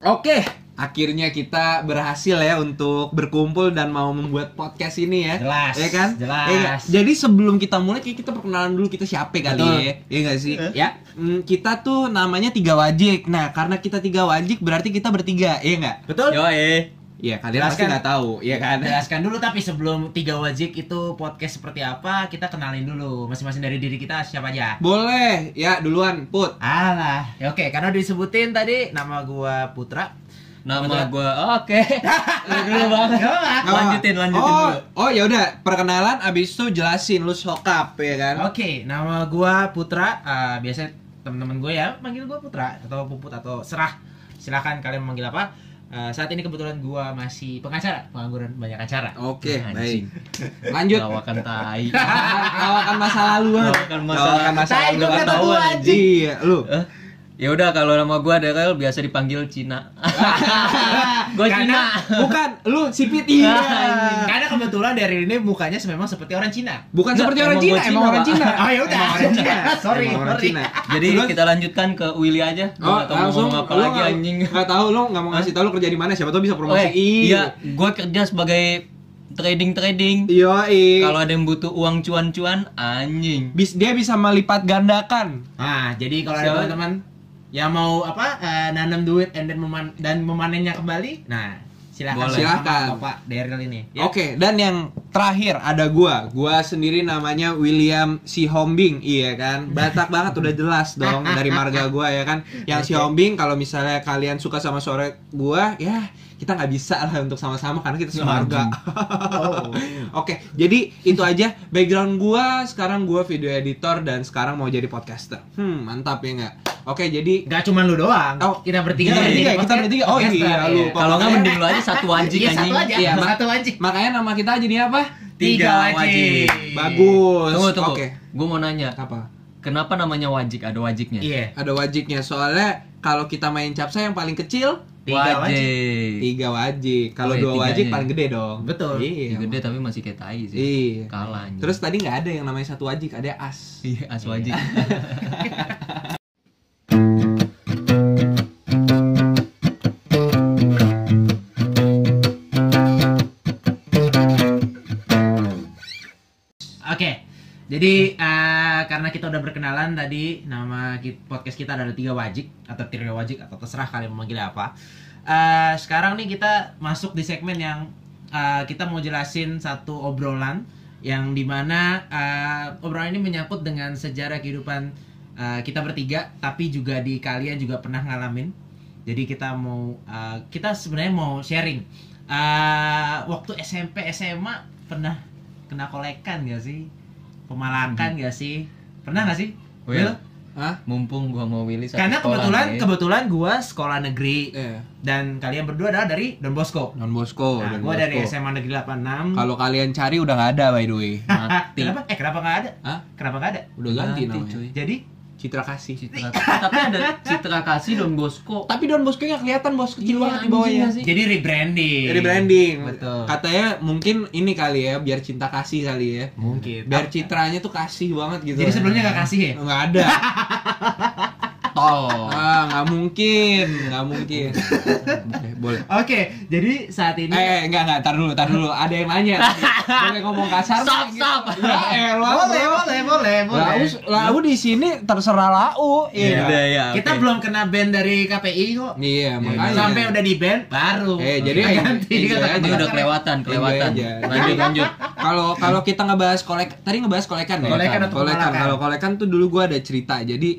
Oke, akhirnya kita berhasil ya untuk berkumpul dan mau membuat podcast ini ya. Jelas. Ya kan? Jelas. Jadi sebelum kita mulai kita perkenalan dulu kita siapa kali Betul. ya. Iya enggak sih? Ya. Kita tuh namanya Tiga Wajik. Nah, karena kita Tiga Wajik berarti kita bertiga, iya enggak? Betul? Iya, kalian pasti Jelaskan. nggak tahu, iya kan? Jelaskan dulu, tapi sebelum Tiga Wajik itu podcast seperti apa, kita kenalin dulu masing-masing dari diri kita siapa aja. Boleh, ya duluan, Put. Alah, ya oke, karena udah disebutin tadi nama gua Putra. Nama gua oke. Dulu Bang. Lanjutin dulu. Oh, ya udah, perkenalan abis itu jelasin lu sokap ya kan? Oke, nama gua Putra. Biasanya teman-teman gue ya manggil gua Putra atau Puput atau serah. Silakan kalian manggil apa. Saat ini kebetulan gua masih pengacara, pengangguran banyak acara. Oke, Anjing. baik. Lanjut. Lawakan tai. Lawakan masa lalu banget. Lawakan masa Lawakan masa Tai, lalu. gua Nggak kata tahu, gua, anjing. Iya, lu. Ya udah, kalau nama gua Daryl biasa dipanggil Cina. Gua Cina. Bukan, lu sipit iya. Karena kebetulan dari ini mukanya memang seperti orang Cina. Bukan Nggak, seperti orang emang Cina, gua Cina, emang orang Pak. Cina. Oh ya udah, Emang orang Cina. Sorry, Emang orang sorry. Cina. Jadi Terus? kita lanjutkan ke Willy aja. Gua nggak tahu mau langsung ngomong apa lu lagi anjing. Nggak tahu, lu nggak mau ngasih tahu lu kerja di mana, siapa tahu bisa Oh, promosi. iya, gua kerja sebagai trading. Iya, Kalau ada yang butuh uang cuan-cuan, anjing. dia bisa melipat gandakan. Nah, jadi kalau ada Siapa? teman-teman yang mau nanam duit dan memanennya kembali, nah silakan Boleh. Silakan. sama Bapak Daryl ini. Ya. Oke, dan yang terakhir ada gua sendiri namanya William Si Hombing, iya kan? Batak banget udah jelas dong dari marga gua ya kan. Yang Si Hombing, kalau misalnya kalian suka sama sore gua, ya kita nggak bisa lah untuk sama-sama karena kita semarga. Oh. Oke, jadi itu aja background gua. Sekarang gua video editor dan sekarang mau jadi podcaster. Mantap ya nggak? Oke, jadi Gak cuma lu doang. Oh, kita bertiga. kita bertiga. Oh iya, lu. Kalau nggak mending lu aja satu wajik Iya, anjing. satu aja. Iya, Satu wajik. makanya nama kita jadi apa? Tiga wajik. Bagus. Tunggu. Oke. Gua mau nanya. Apa? Kenapa namanya wajik? Ada wajiknya? Iya. Ada wajiknya, soalnya kalau kita main capsa yang paling kecil Tiga wajik. Wajik. 3 wajik, kalau Oh, iya, 2 wajik tiganya. paling gede dong. Betul. Iya. Gede tapi masih kayak tai sih. Iya. Kalah anjing. Terus tadi nggak ada yang namanya satu wajik, ada as. Iya, as wajik. Oke. Jadi karena kita udah berkenalan tadi, nama podcast kita ada Tiga Wajik atau Trio Wajik atau terserah kalian memanggilnya apa. Sekarang nih kita masuk di segmen yang kita mau jelasin satu obrolan yang dimana obrolan ini menyangkut dengan sejarah kehidupan kita bertiga, tapi juga di kalian juga pernah ngalamin. Jadi kita mau kita sebenarnya mau sharing waktu SMP SMA pernah kena kolekan gak sih? Pemalakan gak sih? Pernah gak sih? Will, Hah? mumpung gua mau Willy satu Karena sekolah nih. kebetulan gua sekolah negeri Iya. dan kalian berdua adalah dari Don Bosco. Don Bosco. Nah, Don gua dari Bosco. SMA Negeri 86. Kalau kalian cari udah nggak ada by the way. Mati. Kenapa nggak ada? Hah? Kenapa nggak ada? Udah ganti Ganti, namanya. cuy. Jadi Citra Kasih. Tapi ada Citra Kasih Don Bosco. Tapi Don Bosco nya kelihatan bos kecil Iya, banget di anjing bawahnya. nggak sih? jadi rebranding. Jadi branding. Betul. Katanya mungkin ini kali ya, biar cinta kasih kali ya. Mungkin. Biar citranya tuh kasih banget gitu. Jadi sebelumnya nggak kasih ya? Nggak ada. Tol. Nggak mungkin. Boleh. Oke, jadi saat ini Enggak, tar dulu. Ada yang nanya. Boleh ngomong kasar? Stop, nggak? stop. Ya, boleh. Lau di sini terserah Lau. Iya, udah ya. Kita oke. belum kena ban dari KPI kok. Iya, makanya. Sampai udah di ban baru. Jadi Kita ganti enjoy kata aja. Ini udah kelewatan. aja. Lanjut. Kalau kita ngebahas tadi ngebahas kolekan ya. Kolekan atau pemalakan? Kalau kolekan tuh dulu gua ada cerita. Jadi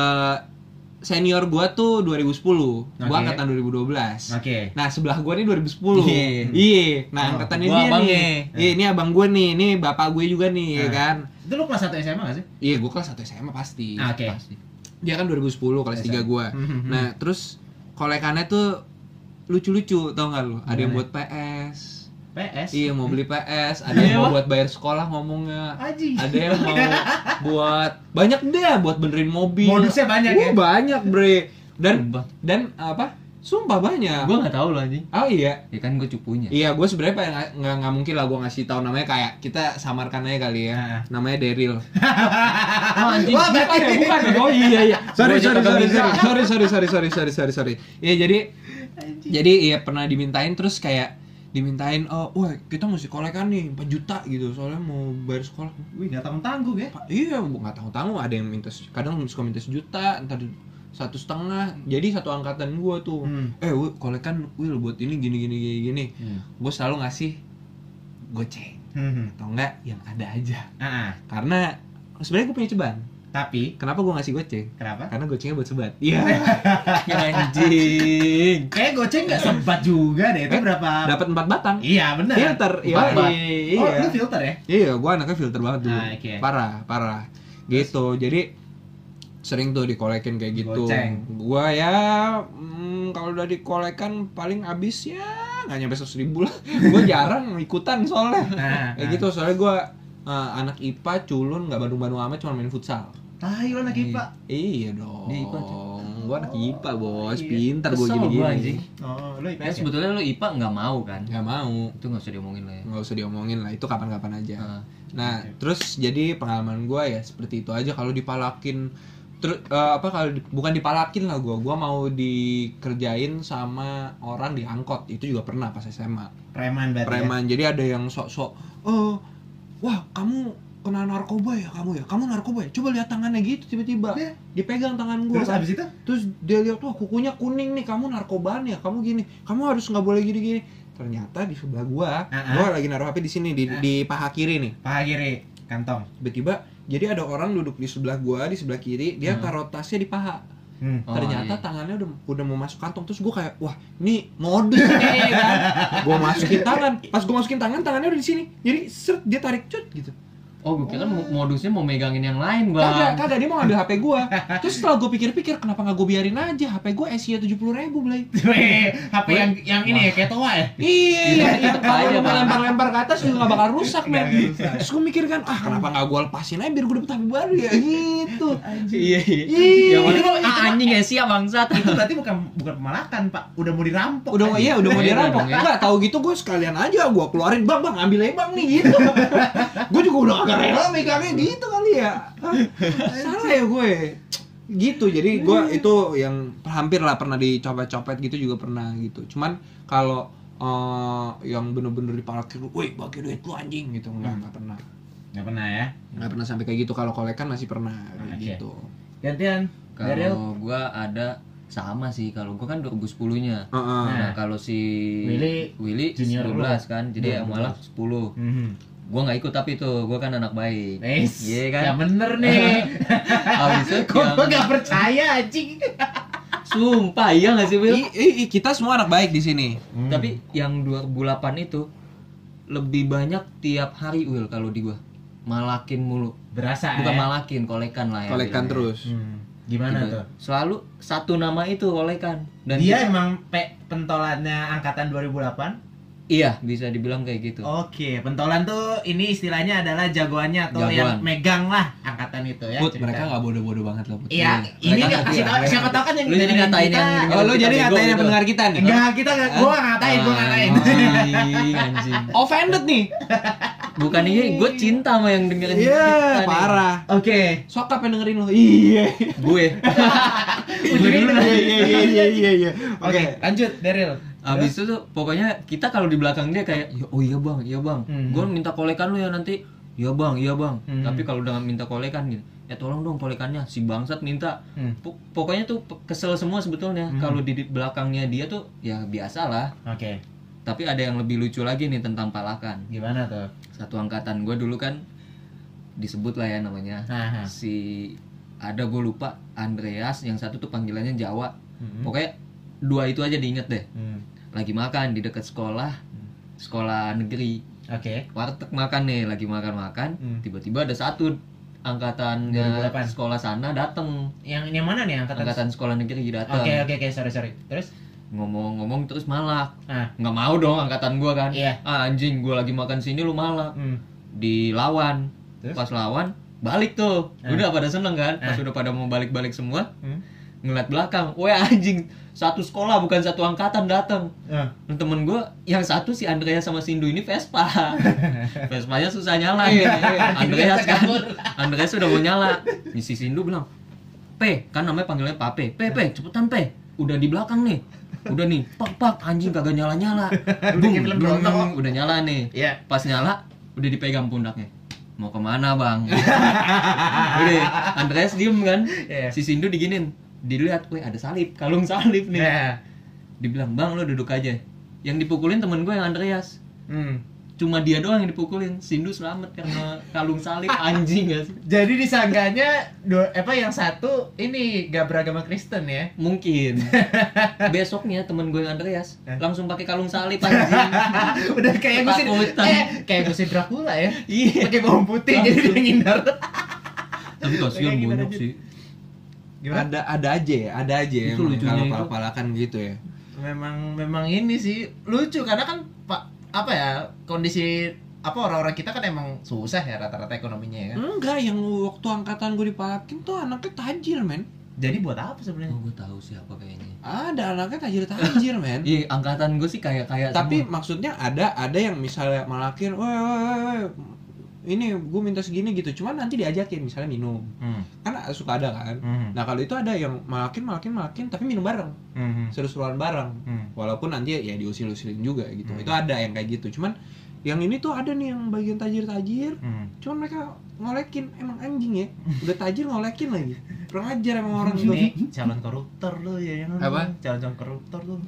senior gua tuh 2010, gua Oke. angkatan 2012. Oke. Nah, sebelah gua nih 2010. Iya. Iya. Nah, Oh, angkatannya gua dia abangnya. nih. Iya, ini abang gua nih, ini bapak gue juga nih, ya Nah. kan. Itu lu kelas 1 SMA gak sih? Iya, gua kelas 1 SMA pasti. Oke. Pasti. Dia kan 2010 kelas 3 gua. Mhm. Nah, terus kolekannya tuh lucu-lucu, tau gak lu? Ada yang Gimana? buat PS. PS. Iya, mau beli PS, ada yang mau buat bayar sekolah ngomongnya. Aji. Ada yang mau buat banyak deh, buat benerin mobil. Modusnya banyak ya? Banyak, Bre. Sumpah. Dan apa? Sumpah banyak. Gua enggak tahu loh anjing. Oh iya. Ya kan gua cupunya. Iya, gue sebenarnya pengen nggak mungkin lah gue ngasih tahu namanya, kayak kita samarkan aja kali ya. Nah. Namanya Daryl. Oh, anjing. Wah, berarti Bukan. Oh iya. Sorry. Gua aja kagak bisa. Sorry. Iya, jadi Jadi ya pernah dimintain, terus kayak dimintain, oh wah kita mesti kolekan nih 4 juta gitu soalnya mau bayar sekolah. Wih, nggak tanggung-tanggung ya. Iya, nggak tahu ada yang minta, kadang suka minta 1 juta, entar 1,5. Jadi satu angkatan gua tuh Will, kolekan Will buat ini gini. Gua selalu ngasih goceng atau enggak yang ada aja. Karena sebenarnya gua punya ceban. Tapi Kenapa gua ngasih goceng? kenapa? Karena gocengnya buat sebat. Iya. Anjing. Kayak goceng nggak sempat juga deh. Itu berapa? Dapat 4 batang. Iya benar. Filter. Iya. Oh, lu filter ya? Iya, gua anaknya filter banget dulu. Oke. Parah. Gitu. Jadi sering tuh dikolekin kayak gitu. Goceng. Gua ya kalau udah dikolekan paling habis ya nggak nyampe 100.000 lah. Gua jarang ikutan soalnya. Kayak gitu, soalnya gua anak IPA culun, nggak bandung-bandung amat, cuma main futsal. Tai lo anak IPA. Iya dong. Dia IPA, Gua anak IPA, Bos. Iya. Pintar gua Kesel gini-gini. gua, anjing. Oh, lu Ya IPS ya? sebetulnya lu IPA nggak mau kan? Nggak mau. Itu nggak usah diomongin lah ya. Nggak usah diomongin lah, itu kapan-kapan aja. Ah. Nah, terus jadi pengalaman gua ya seperti itu aja. Kalau dipalakin bukan dipalakin lah, gua mau dikerjain sama orang di angkot, itu juga pernah pas SMA. Preman berarti. Preman. Jadi ada yang sok-sok, wah kamu kena narkoba ya, kamu narkoba ya, coba lihat tangannya gitu, tiba-tiba Iya. dipegang tangan gua. Terus abis itu? Terus dia lihat, wah kukunya kuning nih, kamu narkobaan ya, kamu gini, kamu harus nggak boleh gini-gini. Ternyata di sebelah gua lagi naruh HP di sini, di paha kiri nih. Paha kiri, kantong. Tiba-tiba jadi ada orang duduk di sebelah gua, di sebelah kiri, dia taruh tasnya di paha. Oh, Ternyata iya. tangannya udah mau masuk kantong, terus gua kayak, wah ini modus nih kan. Gua masukin tangan, pas gua masukin tangan, tangannya udah di sini. Jadi seret, dia tarik cut gitu. Oh, gue kira modusnya mau megangin yang lain, Bang. Kagak, dia mau ambil HP gua. Terus setelah gua pikir-pikir, kenapa nggak gua biarin aja? HP gua Asia 70.000, Blay. HP yang ini ya, kayak toa ya? Iya, kalau aja, lu Bang. lempar-lempar ke atas juga nggak bakal rusak, men. Nggak rusak. Terus gua mikir kan, kenapa nggak gua lepasin aja biar gua dapet HP baru ya, gitu. Iya. Yang mana anjing ya siap bangsat. Itu berarti bukan pemalakan, Pak. Udah mau dirampok. Udah mau mau Iya, dirampok. dong, ya. Enggak, tahu gitu gue sekalian aja gua keluarin, Bang, ambil aja Bang nih gitu. Gue juga udah agak rela megangnya gitu kali ya. Salah ya gue. Gitu. Jadi gue itu yang hampir lah pernah dicopet-copet gitu juga pernah gitu. Cuman kalau yang bener-bener dipalakin, "Woi, bagi duit lu anjing" gitu. Enggak pernah. Nggak pernah ya? Enggak pernah sampai kayak gitu. Kalau kolekan masih pernah kayak Oke. gitu. Gantian. Daryl. Kalau gua ada sama sih, kalau gua kan 2010-nya. Heeh. Nah, kalau si Willy junior 12 kan, jadi yang malah 10. Gua nggak ikut tapi tuh, gua kan anak baik. Iya kan? Ya bener nih. Habis itu Kok gua nggak percaya anjing. sumpah iya nggak sih, Will? Kita semua anak baik di sini. Tapi yang 2008 itu lebih banyak tiap hari, Will, kalau di gua. Malakin mulu. Berasa Bukan ya? malakin, kolekan lah ya. Kolekan bilangnya. terus. Gimana Gitu. tuh? Selalu satu nama itu kolekan. Dan Dia kita- emang pentolannya angkatan 2008? iya, bisa dibilang kayak gitu. Oke, pentolan tuh ini istilahnya adalah jagoannya atau Jagoan. yang megang lah angkatan itu ya. Put, cerita. mereka nggak bodoh-bodoh banget lah, Put. Iya, ini Mereka nggak ngerti kasih lah, tahu. mereka Siapa tahu kan yang Lu jadi dengerin ngatain kita. yang Oh, lu kita jadi bego ngatain yang gitu. pendengar kita nih? Enggak, kita nggak. Gua nggak ngatain, gua nggak ngatain. Anjing. Offended nih. Bukan ini, gue cinta sama yang dengerin kita Iya, nih. parah. Oke. Sok apa yang dengerin lo? Iya. Gue. Ujungnya dulu kita- Iya. Oke, lanjut Daryl. Abis itu tuh pokoknya kita kalau di belakang dia kayak, oh iya bang, gue minta kolekan lu ya nanti. Iya bang. Tapi kalau udah minta kolekan gitu, ya tolong dong kolekannya. Si bangsat minta. Pokoknya tuh kesel semua sebetulnya. Kalau di belakangnya dia tuh ya biasa lah. Oke. Tapi ada yang lebih lucu lagi nih tentang palakan. Gimana tuh? Satu angkatan gue dulu kan disebut lah ya namanya. Aha. Si ada gue lupa Andreas, yang satu tuh panggilannya Jawa. Pokoknya dua itu aja diinget deh. Lagi makan di dekat sekolah negeri. Oke. Warteg makan nih, lagi makan. Tiba-tiba ada satu angkatannya 2008. sekolah sana dateng. Yang mana nih Angkatan sekolah negeri datang. Oke, sorry. Terus? Ngomong-ngomong terus malak. Ah. Nggak mau dong angkatan gua kan. Iya. Anjing, gua lagi makan sini lu malak. Dilawan. Terus? Pas lawan balik tuh. Udah pada seneng kan. Pas udah pada mau balik-balik semua. Ngeliat belakang. Wah anjing, satu sekolah bukan satu angkatan datang. Dan temen gue yang satu si Andrea sama Sindu ini Vespa. Vespanya susah nyala. Andreas kan. Andreas sudah mau nyala. Si Sindu bilang, P, kan namanya panggilnya Pape. P, cepetan P. Udah di belakang nih. Udah nih, pak anjing kagak nyala-nyala. Udah kayak film Broto. Udah nyala nih. Iya. Pas nyala udah dipegang pundaknya. Mau kemana bang? Udah, Andreas diem kan? Iya. Si Sindu diginin, dilihat, weh ada salib, kalung salib nih. Iya. Dibilang bang lo duduk aja. Yang dipukulin temen gue yang Andreas. Hmm. Cuma dia doang yang dipukulin. Sindu selamat karena kalung salib, anjing gak sih? Jadi disangkanya yang satu ini gak beragama Kristen ya? Mungkin. Besoknya temen gue yang Andreas langsung pakai kalung salib anjing. Udah kayak musim Takutan. kayak musim Dracula ya. Iya. Pakai bawang putih jadi dia ngindar. Tapi kasihan Kayak gimana bonyok aja. sih. Gimana? Ada aja ya, ada aja ya Itu lucunya kalau itu. palak-palakan gitu ya. Memang ini sih lucu karena kan kondisi orang-orang kita kan emang susah ya rata-rata ekonominya ya kan. Enggak, yang waktu angkatan gue dipalakin tuh anaknya tajir, men. Jadi buat apa sebenarnya? Oh, gue tahu siapa kayaknya. Ada anaknya tajir, men. Iya, angkatan gue sih kayak Tapi semua. maksudnya ada yang misalnya malakin, weh, ini gue minta segini gitu, cuman nanti diajakin misalnya minum, kan suka ada kan. Nah kalau itu ada yang malakin tapi minum bareng, seru-seruan bareng, walaupun nanti ya diusil-usilin juga gitu. Itu ada yang kayak gitu, cuman yang ini tuh ada nih yang bagian tajir, cuman mereka ngolekin, emang anjing ya, udah tajir ngolekin lagi, kurang ajar emang orang itu. Ini calon koruptor lo ya yang Apa? Calon koruptor lo.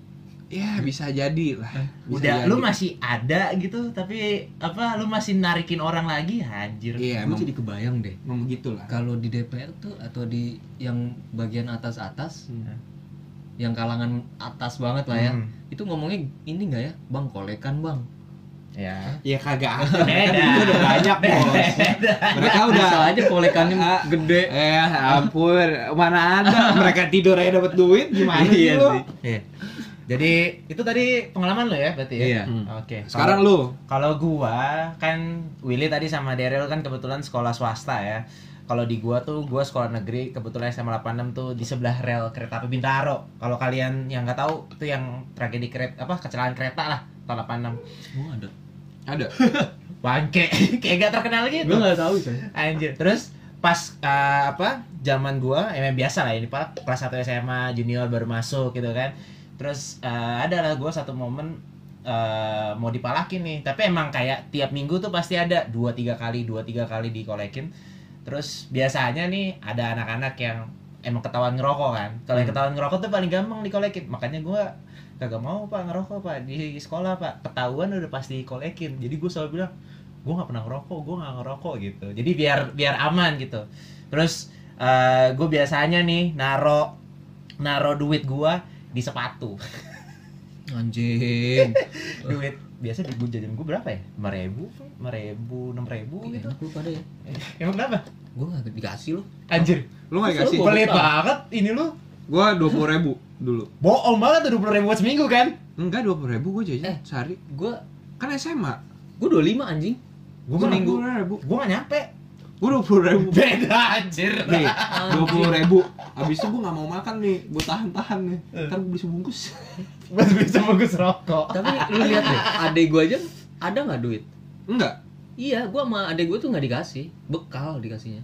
Ya bisa jadi lah. Bisa Udah jadi. lu masih ada gitu tapi lu masih narikin orang lagi anjir. Iya Gue emang jadi kebayang deh. emang begitulah. Kalau di DPR tuh atau di yang bagian atas-atas, yang kalangan atas banget lah ya, itu ngomongnya ini nggak ya, bang kolekan bang. Ya. Ya kagak ada. Beda. Itu udah banyak bos. Mereka udah Bisa aja kolekannya gede. Ampun, mana ada mereka tidur aja dapat duit gimana sih Iya lu? sih. Iya. Jadi itu tadi pengalaman lo ya berarti ya? Iya. Oke. Sekarang lu Kalau gua kan Willy tadi sama Daryl kan kebetulan sekolah swasta ya. Kalau di gua sekolah negeri, kebetulan SMA 86 tuh di sebelah rel kereta api Bintaro. Kalau kalian yang nggak tahu itu yang tragedi kecelakaan kereta lah tahun 86. Oh ada. ada. Bangke, kayak gak terkenal gitu. Gue nggak tahu sih. Anjir. Terus pas zaman gua emang biasa lah ini Pak, kelas 1 SMA junior baru masuk gitu kan. Terus adalah gua satu momen mau dipalakin nih, tapi emang kayak tiap minggu tuh pasti ada 2-3 kali dikolekin. Terus biasanya nih ada anak-anak yang emang ketahuan ngerokok kan. Kalau yang ketahuan ngerokok tuh paling gampang dikolekin. Makanya gua kagak mau Pak ngerokok Pak di sekolah Pak. Ketahuan udah pasti dikolekin. Jadi gua selalu bilang, gua nggak pernah ngerokok gitu. Jadi biar aman gitu. Terus gua biasanya nih naro duit gua di sepatu. Anjing. Duit biasa di gua jajan gua berapa ya? 5.000, 6.000 gitu. Enak lu pada ya. Emang kenapa? Gue nggak dikasih lu. Anjir. Lu nggak dikasih? Gua Pelit buka. banget ini lu. Gua 20.000 dulu. Bohong banget tuh 20.000 buat seminggu kan? Enggak 20.000 gua jajan sehari. Gue Kan SMA. 25 anjing. Gua Seminggu minggu. 20.000. Gua gak nyampe. Gua 20.000. Beda anjir. Nih, 20.000. Abis itu gua nggak mau makan nih, gua tahan nih. Ntar gua beli sebungkus. Buat bisa bagus rokok. Tapi lu lihat deh, adek gue aja ada nggak duit? Enggak. Iya, gue sama adek gue tuh nggak dikasih, bekal dikasihnya.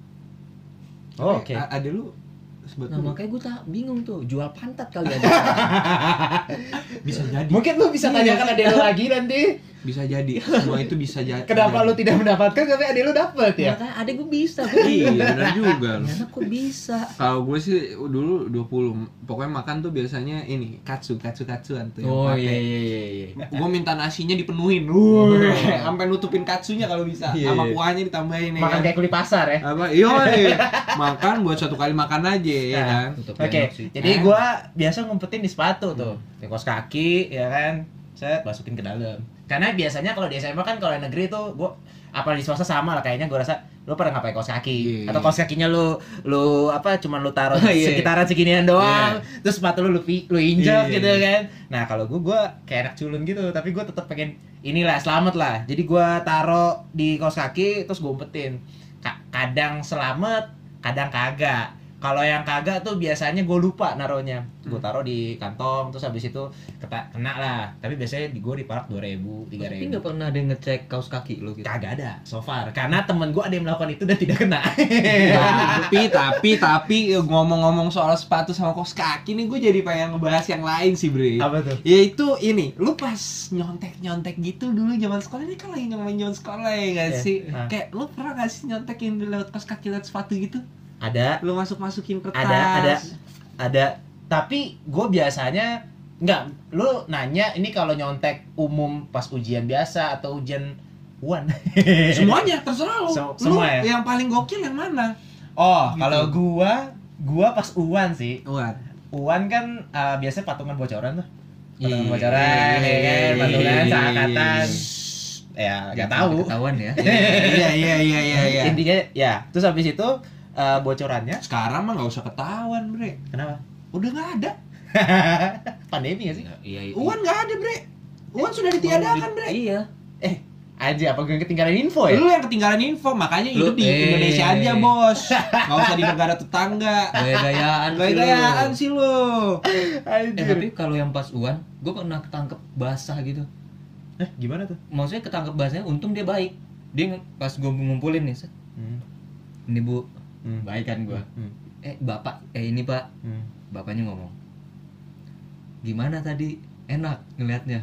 Oh, oke. Ada lu Nah sebetulnya makanya gue tak bingung tuh, jual pantat kali aja. bisa jadi. Mungkin lu bisa tanyakan adek lu lagi nanti. Bisa jadi. Semua itu bisa jadi. Kenapa lu tidak mendapatkan tapi adek lu dapet ya? Makanya adek gue bisa. Iya, benar juga lu. Anak kok bisa. Kalau gue sih dulu 20. Pokoknya makan tuh biasanya ini katsuan tuh yang Oh pakai. iya. Gue minta nasinya dipenuhin. Sampai nutupin katsunya kalau bisa. Iya, Sama iya. kuahnya ditambahin ya. Makan kan? kayak kuli pasar ya. Apa? Iya, makan buat satu kali makan aja ya Nah, kan. Tutup Oke, enak sih. jadi gua biasa ngumpetin di sepatu tuh, di kaos kaki, ya kan, saya masukin ke dalam. Karena biasanya kalau di SMA kan kalau di negeri tuh gua apa di swasta sama lah kayaknya gua rasa lu pada nggak pakai kaos kaki Iya. atau kaos kakinya lu cuman lu taruh Iya. sekitaran seginian doang, terus sepatu lu injak Iya. gitu kan. Nah, kalau gua kayak anak culun gitu, tapi gua tetap pengen inilah selamat lah. Jadi gua taruh di kaos kaki terus gua umpetin. Kadang selamat, kadang kagak. Kalau yang kagak tuh biasanya gue lupa naruhnya. Gue taruh di kantong, terus habis itu kena lah. Tapi biasanya di gue diparak 2.000, 3.000. Tapi nggak pernah ada yang ngecek kaos kaki lo gitu. Kagak ada so far. Karena temen gue ada yang melakukan itu dan tidak kena. tapi ngomong-ngomong soal sepatu sama kaos kaki nih, gue jadi pengen ngebahas yang lain sih, Bre. Apa tuh? Yaitu ini, lu pas nyontek gitu dulu zaman sekolah, ini kan lagi ngomongin zaman sekolah ya nggak sih? Kayak lu pernah nggak sih nyontekin lewat kaos kaki lewat sepatu gitu? Ada. Lu masukin kertas. Ada. Tapi gue biasanya enggak. Lu nanya ini kalau nyontek umum pas ujian biasa atau ujian UAN? Semuanya terserah lu. Semua ya? Yang paling gokil yang mana? Oh, Gitu. kalau gua pas UAN sih. UAN Kan biasanya patungan bocoran tuh. Iya, Patungan bocoran, ya kan? Patungan iya, seangkatan. Ya, enggak tahu. Ketahuan ya. Iya. Intinya ya, terus habis itu bocorannya Sekarang mah nggak usah ketahuan, Bre. kenapa? Udah nggak ada. Pandemi gak sih? Iya. UAN nggak ada, Bre. UAN sudah ditiadakan, Bre. Iya. Aja apa gue ketinggalan info ya? Lu yang ketinggalan info, makanya hidup di Indonesia aja, Bos. Nggak usah di negara tetangga. Gaya-gayaan sih lu. Tapi kalau yang pas UAN, gue pernah ketangkep basah gitu. Gimana tuh? Maksudnya ketangkep basahnya, untung dia baik. Dia pas gue ngumpulin nih, set. Ini Bu, baik kan gue. Bapak, ini Pak. Bapaknya ngomong, gimana tadi? Enak ngelihatnya.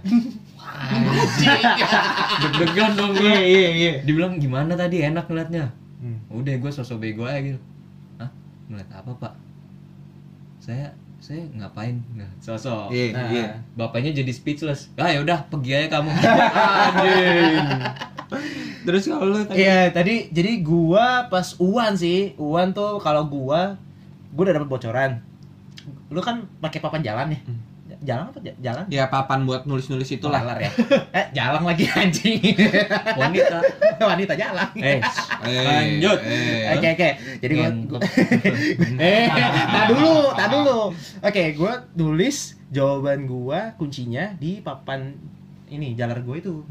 Deg-degan dong gue. Iya. Dibilang gimana tadi? Enak ngelihatnya. Udah gue sosok bego aja gitu. Hah? Ngeliat apa Pak? Saya ngapain? Nah, sosok. Iya. Bapaknya jadi speechless. Ya udah pergi aja kamu. Anjing. Terus kalau lu tadi? Iya, jadi gua pas UAN sih. UAN tuh kalau gua udah dapet bocoran. Lu kan pakai papan jalan ya? Jalan apa? Jalan? Ya papan buat nulis-nulis itulah. Jalan ya. Jalan lagi anjing. Wanita jalan. Lanjut. Oke. Jadi gua tak dulu. Oke, gua tulis jawaban gua kuncinya di papan ini jalar gua itu.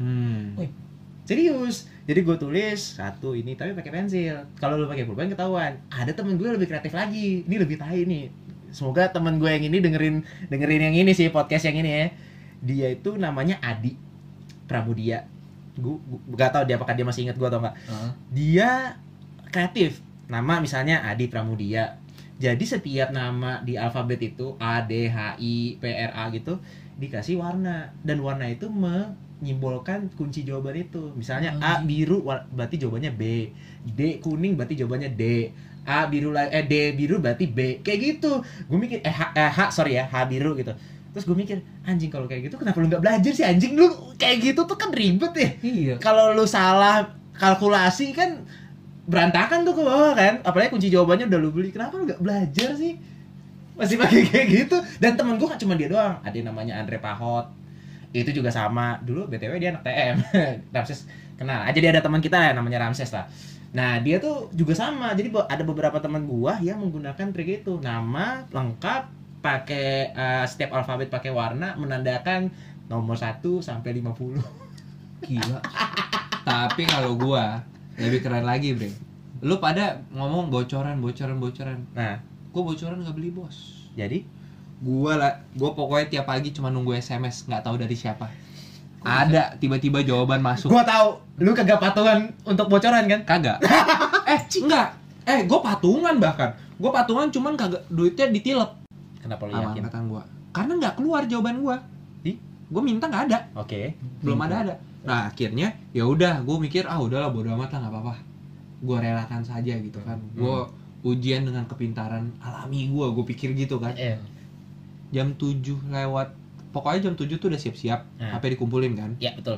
Serius. Jadi gue tulis satu ini tapi pakai pensil. Kalau lu pakai pulpen ketahuan. Ada temen gue lebih kreatif lagi. Ini lebih tai nih. Semoga temen gue yang ini dengerin yang ini sih, podcast yang ini ya. Dia itu namanya Adi Pramudia. Gue gak tahu dia apakah dia masih ingat gue atau enggak. Dia kreatif. Nama misalnya Adi Pramudia. Jadi setiap nama di alfabet itu A, D, H, I, P, R, A gitu dikasih warna. Dan warna itu menyimbolkan kunci jawaban itu. Misalnya A biru berarti jawabannya B. D kuning berarti jawabannya D. A biru D biru berarti B. Kayak gitu. Gue mikir H biru gitu. Terus gue mikir, anjing kalau kayak gitu kenapa lu enggak belajar sih anjing, lu kayak gitu tuh kan ribet ya. Iya. Kalau lu salah kalkulasi kan berantakan tuh ke bawah kan. Apalagi kunci jawabannya udah lu beli. Kenapa lu enggak belajar sih? Masih pakai kayak gitu. Dan temen gue kan cuma dia doang. Ada yang namanya Andre Pahot. Itu juga sama. Dulu BTW dia anak TM. Ramses kenal. Aja dia ada teman kita ya namanya Ramses lah. Nah, dia tuh juga sama. Jadi ada beberapa teman gua yang menggunakan trik itu. Nama lengkap pakai setiap alfabet pakai warna menandakan nomor 1 sampai 50. Gila. Tapi kalau gua lebih keren lagi, Bre. Lu pada ngomong bocoran. Nah, Gua bocoran enggak beli, Bos. jadi Gua pokoknya tiap pagi cuma nunggu SMS, nggak tahu dari siapa. Ada tiba-tiba jawaban masuk. gua tahu lu kagak patungan untuk bocoran kan? Kagak. Enggak. Gua patungan bahkan. Gua patungan cuman kagak duitnya ditilep. Kenapa lu Sama yakin? angkatan gua. Karena nggak keluar jawaban gua. Gua minta nggak ada. Oke. Belum ada. Nah, akhirnya ya udah gua mikir udahlah bodo amat lah, nggak apa-apa. Gua relakan saja gitu kan. Gua ujian dengan kepintaran alami gua pikir gitu kan. Jam 7 lewat. Pokoknya jam 7 tuh udah siap-siap. HP dikumpulin kan. Ya, betul.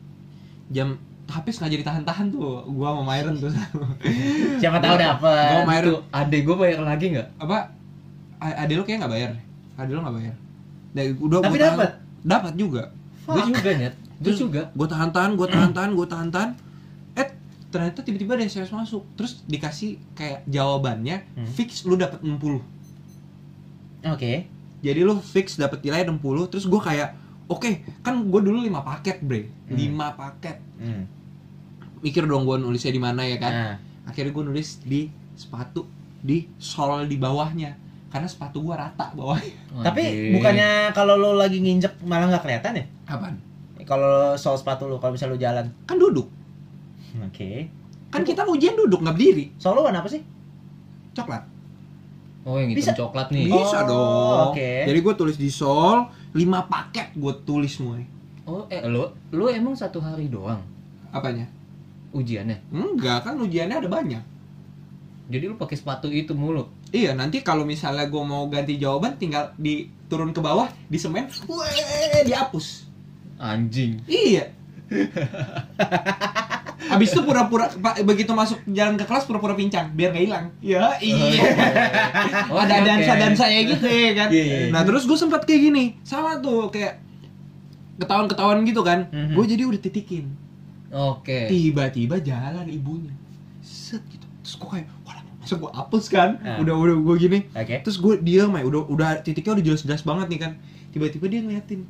HP nggak jadi tahan-tahan tuh. Gua sama Myron tuh. Siapa tahu dapet. Gua Myron. Adek gue bayar lagi nggak? Apa? Ade lu kayak nggak bayar. Ade lu nggak bayar. Tapi dapat. Dapat juga. Gue juga Net. Gue juga. Gue tahan. Ternyata tiba-tiba ada SMS masuk. Terus dikasih kayak jawabannya fix lu dapat 60. Oke. Jadi lu fix dapat nilai 60. Terus gue kayak oke, kan gue dulu 5 paket, Bre. 5 paket. Mikir dong gue nulisnya di mana ya kan. Akhirnya gue nulis di sepatu di sol di bawahnya karena sepatu gua rata bawahnya. Tapi bukannya kalau lo lagi nginjek malah nggak kelihatan ya? Apaan? Kalau sol sepatu lo, kalau misalnya lo jalan. Kan duduk. Oke. Kan kita ujian duduk nggak berdiri. Sol lo warna apa sih? Coklat. Oh, yang hitam Bisa. coklat nih. Bisa dong. oke. Jadi gua tulis di sol 5 paket gua tulis semua. Oh, lu emang 1 hari doang Apanya? ujiannya? Enggak, kan ujiannya ada banyak. Jadi lu pakai sepatu itu mulu. Iya, nanti kalau misalnya gue mau ganti jawaban tinggal turun ke bawah, di semen, dihapus. Anjing. Iya. Habis itu pura-pura begitu masuk jalan ke kelas pura-pura pincang biar nggak hilang. Ya, iya. Oh, Ada oke. dansa-dansa ya gitu ya kan. Iya, iya. Nah, terus gue sempat kayak gini. Sama tuh kayak ketahuan-ketahuan gitu kan. Mhm. Gue jadi udah titikin. Oke. Tiba-tiba jalan ibunya. Set gitu. Terus gue kayak, waduh, masa gue hapus kan? Ah. Udah gue gini. Oke. Terus gue diam ya, udah titiknya udah jelas-jelas banget nih kan. Tiba-tiba dia ngeliatin.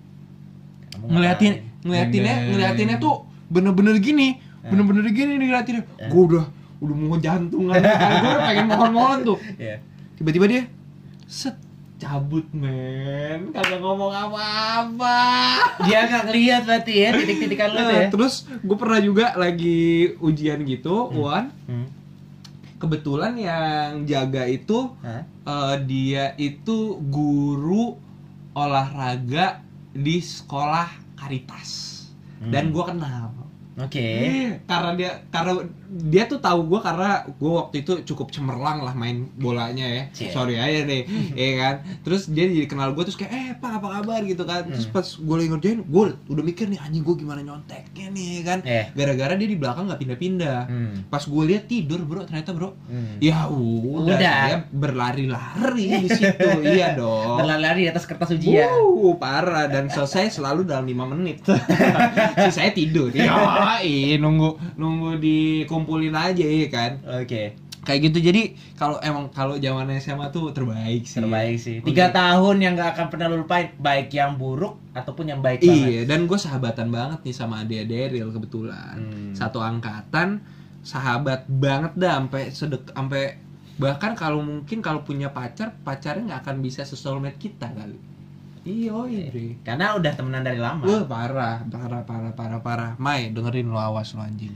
Ngeliatinnya tuh bener-bener gini. Bener-bener gini nih ngeliatinnya. Gue udah mau jantungan kan. Gue udah pengen mohon-mohon tuh. Iya. Tiba-tiba dia set cabut men, kagak ngomong apa-apa. Dia nggak ngeliat berarti ya titik-titikan lo tuh ya. Terus gue pernah juga lagi ujian gitu, Wan. Kebetulan yang jaga itu dia itu guru olahraga di sekolah Karitas. Dan gue kenal. Oke. Karena dia tuh tahu gue karena gue waktu itu cukup cemerlang lah main bolanya ya. Cie. Sorry aja deh, ya kan. Terus dia jadi kenal gue terus kayak Pak apa kabar gitu kan. Terus pas gue lagi ngerjain, gue udah mikir nih anjing gue gimana nyonteknya nih kan. Gara-gara dia di belakang nggak pindah-pindah. Pas gue lihat tidur bro, ternyata bro. Ya udah. Saya berlari-lari di situ, iya dong. Berlari di atas kertas ujian. Parah dan selesai selalu dalam 5 menit. Sisanya tidur. Ya, nunggu dikumpulin aja ya kan. Oke. Kayak gitu. Jadi kalau zaman SMA tuh terbaik sih. Terbaik sih. 3 tahun yang gak akan pernah lu lupain, baik yang buruk ataupun yang baik banget. Iya, dan gue sahabatan banget nih sama Ade Daryl kebetulan. Satu angkatan, sahabat banget dah sampai bahkan kalau punya pacarnya nggak akan bisa se-soulmate kita kali. Iya, Bre. Karena udah temenan dari lama. Wah, parah. Mai, dengerin lo, awas lo anjing.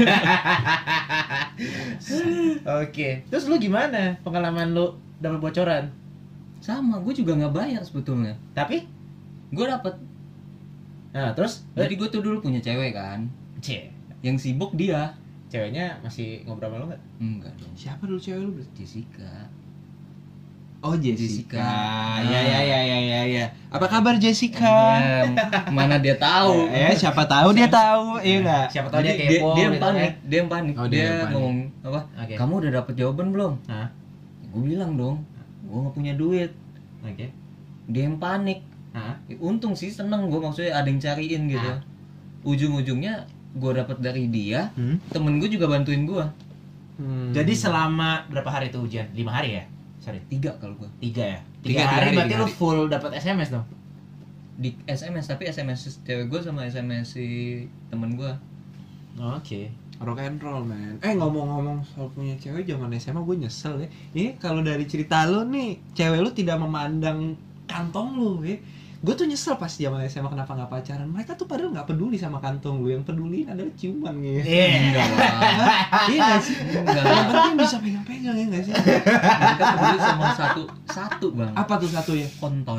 Oke. Terus lu gimana pengalaman lu dapat bocoran? Sama, gue juga nggak bayar sebetulnya. Tapi Gue dapet. nah, terus Jadi gue tuh dulu punya cewek kan. Yang sibuk dia. Ceweknya masih ngobrol sama lu enggak? Enggak dong. Siapa dulu cewek lu? Jessica. Oh, Jessica. Jessica. Ya. Apa kabar Jessica? Mana dia tahu. Siapa tahu dia tahu, iya enggak? Siapa tahu dia Jadi kepo. dia yang gitu panik, kan. dia yang panik. Oh, dia dia yang panik. ngomong apa? Oke. Kamu udah dapet jawaban belum? Hah? Gue bilang dong, gue nggak punya duit. Oke. Dia yang panik. Hah? Untung sih seneng gue, maksudnya ada yang cariin gitu. Ujung-ujungnya gue dapet dari dia, temen gue juga bantuin gue. Jadi selama berapa hari tuh ujian? 5 hari ya? Sorry. 3 kalau gue. 3 ya? 3 Tiga hari hari, berarti 3 lu hari. full dapat SMS dong? Di SMS, tapi SMS cewek gue sama SMS si temen gue. Oke. Rock and roll, man. Ngomong-ngomong soal punya cewek zaman SMA gue nyesel ya. Ini kalau dari cerita lu nih, cewek lu tidak memandang kantong lu ya. Gue tuh nyesel pas zaman SMA kenapa nggak pacaran. Mereka tuh padahal nggak peduli sama kantong lu, yang peduli adalah ciuman gitu. Enggak lah. Iya nggak sih? Enggak. Yang penting bisa pegang-pegang ya nggak sih? Mereka peduli sama satu bang. Apa tuh satunya? Kontol.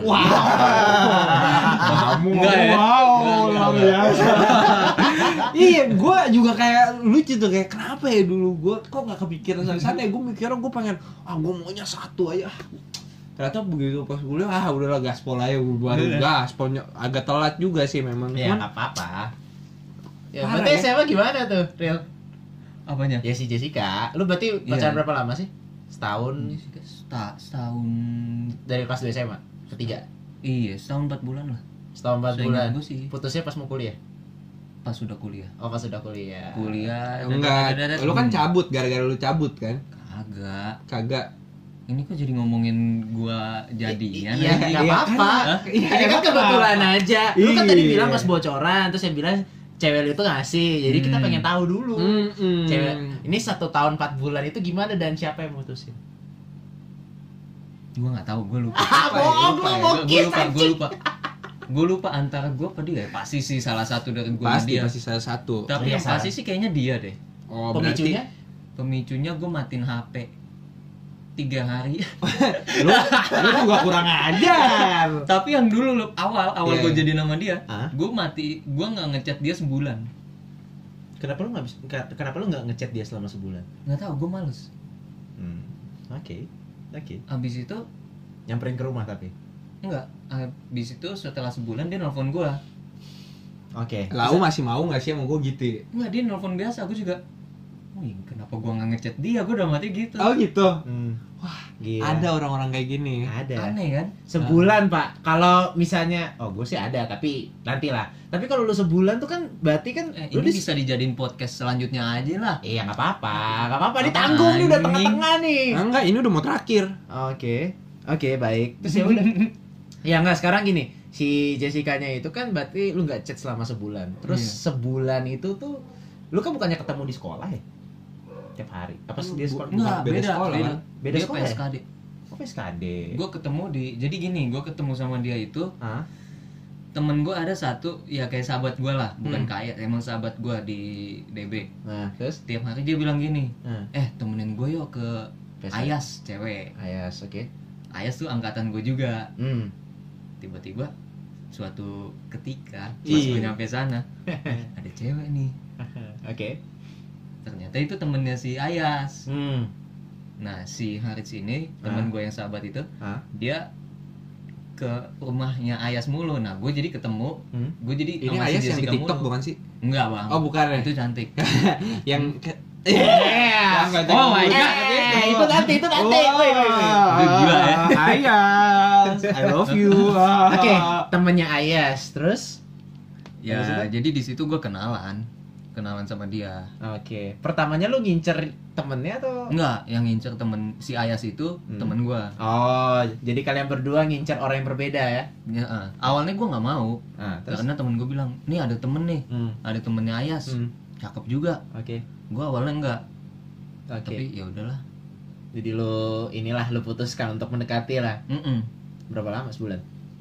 Kamu Enggak ya? luar biasa. Iya, gue juga kayak lucu tuh, kayak kenapa ya dulu gue kok nggak kepikiran sana. Gue mikirnya gue pengen gue maunya satu aja. Ternyata begitu pas kuliah udahlah gaspol aja, gue baru gaspolnya agak telat juga sih memang. Ya Cuman nggak apa-apa. Ya, parah berarti ya. SMA gimana tuh, Real? Apanya? Ya si Jessica. Lu berarti pacaran Iya. berapa lama sih? Setahun Jessica setahun. dari kelas 2 SMA? Ketiga? Iya, setahun 4 bulan lah. Setahun 4 Seingat bulan. gua sih. Putusnya pas mau kuliah? Pas sudah kuliah. Oh, pas sudah kuliah. enggak, lu kan cabut gara-gara lu cabut kan? Kagak. Ini kok jadi ngomongin gua jadian? Iya, nggak apa-apa. Iya, Ini kan kebetulan aja. Lu kan Iya. tadi bilang pas bocoran, terus yang bilang cewek lu itu ngasih. Jadi kita pengen tahu dulu. Cewek ini 1 tahun 4 bulan itu gimana dan siapa yang mutusin? Gue nggak tahu, gue lupa. Bohong lu, Gue lupa antara gue apa dia. Pasti sih salah satu dari gue Pasti dia. salah satu. Tapi yang pasti sih kayaknya dia deh. Oh, Pemicunya gue matiin HP 3 hari. lu juga kurang ajar. Tapi yang dulu awal Iya. gue jadi nama dia, Hah? gue nggak ngechat dia sebulan. Kenapa lu nggak ngechat dia selama sebulan? Nggak tahu, gue males. Oke. Abis itu Nyamperin ke rumah tapi. enggak, abis itu setelah sebulan dia nelfon gue. Oke. Lau masih mau nggak sih sama gue gitu? Enggak, dia nelfon biasa, gue juga. Wih, kenapa gue nggak ngechat dia? Gue udah mati gitu. Oh gitu. Wah, gila. Ada orang-orang kayak gini. Ada. Aneh kan? Sebulan, Pak. Kalau misalnya gue sih ada, tapi nantilah. Tapi kalau lu sebulan tuh kan berarti kan lu Ini bisa dijadiin podcast selanjutnya aja lah. Iya, enggak apa-apa. Ditanggung nih udah tengah-tengah nih. Enggak, ini udah mau terakhir. Oke, baik. Terus ya udah. Ya enggak, sekarang gini. Si Jessica-nya itu kan berarti lu nggak chat selama sebulan. Terus sebulan itu tuh lu kan bukannya ketemu di sekolah ya? Tiap hari. Apa sih dia sekolah? Enggak, beda sekolah, kan? Beda Dia sekolah ya? PSKD. Oh, PSKD. Gue ketemu jadi gini, gue ketemu sama dia itu Hah? temen gue ada satu, ya kayak sahabat gue lah, bukan kayak, emang sahabat gue di DB. Nah, terus Tiap hari dia bilang gini, Nah. temenin gue yuk ke PSKD. Ayas, cewek. Ayas, oke. Ayas tuh angkatan gue juga. Hmm. Tiba-tiba suatu ketika pas Iya. gue nyampe sana ada cewek nih, Oke. ternyata itu temennya si Ayas. Hmm. Nah si Haris ini temen gue yang sahabat itu, Hah? dia ke rumahnya Ayas mulu. Nah gue jadi ketemu, gue jadi Ini sama si Ayas yang di Jessica TikTok mulu. bukan sih? Enggak bang. Oh, bukan ya? Itu cantik. Yang Yeah. Oh my God. Itu nanti. Woi. Gila ya. Ayas, I love you. Oke, temennya Ayas. Terus? Ya Habis itu? jadi di situ gue kenalan sama dia. Oke. Pertamanya lu ngincer temennya atau? Enggak, yang ngincer temen si Ayas itu temen gue. Oh, jadi kalian berdua ngincer orang yang berbeda ya? Ya, awalnya gue nggak mau, Nah, terus? karena temen gue bilang, nih ada temen nih, ada temennya Ayas, cakep juga. Oke. Gue awalnya enggak, Oke. tapi ya udahlah. Jadi lu putuskan untuk mendekati lah. Berapa lama? Sebulan?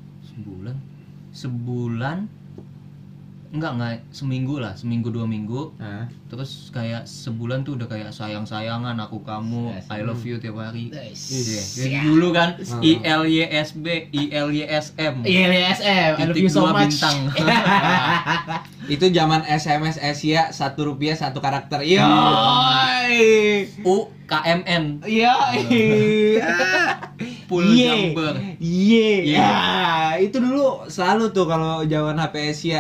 Sebulan, enggak seminggu lah, seminggu 2 minggu. Nah. Terus kayak sebulan tuh udah kayak sayang-sayangan, aku kamu, Yes. I love you tiap hari. Iya, Yes. dari dulu kan, ILYSB, ILYSM, ILSM, I love you so 2 much. bintang. Itu zaman SMS Asia Rp1 1 karakter. Yo. UKMN, Iya. Full Jumper. Iya. Ya, itu dulu selalu tuh kalau zaman HP Asia.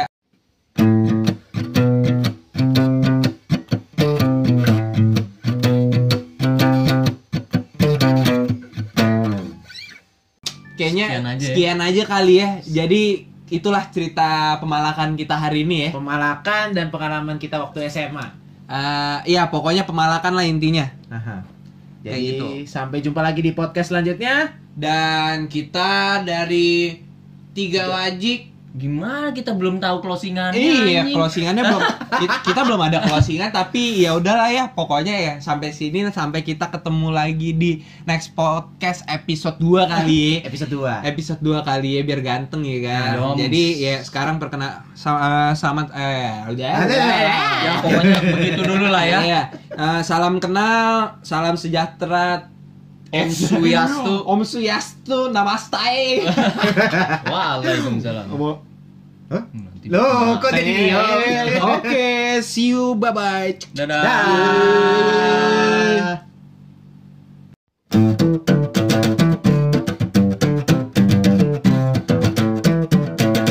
Kayaknya sekian aja kali ya. Jadi itulah cerita pemalakan kita hari ini ya. Pemalakan dan pengalaman kita waktu SMA. Iya, pokoknya pemalakan lah intinya. Jadi Kayak gitu. sampai jumpa lagi di podcast selanjutnya. Dan kita dari 3 wajik. Gimana kita belum tahu closingannya? Iya, anjing? closingannya belum. Kita belum ada closingan, tapi ya udahlah ya. Pokoknya ya sampai sini, sampai kita ketemu lagi di next podcast episode 2 kali. Episode 2. Episode 2 kali ya, biar ganteng ya kan. Doms. Jadi ya sekarang selamat udah. Ya pokoknya begitu dulu lah ya. Iya. Salam kenal, salam sejahtera. Om Swastiastu. Om Swastiastu, namaste. Waalaikumsalam. Nanti Loh, kok jadi dia? Oke, see you, bye bye. Dadah. Dah.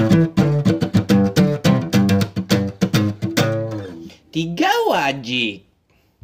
Tiga wajik.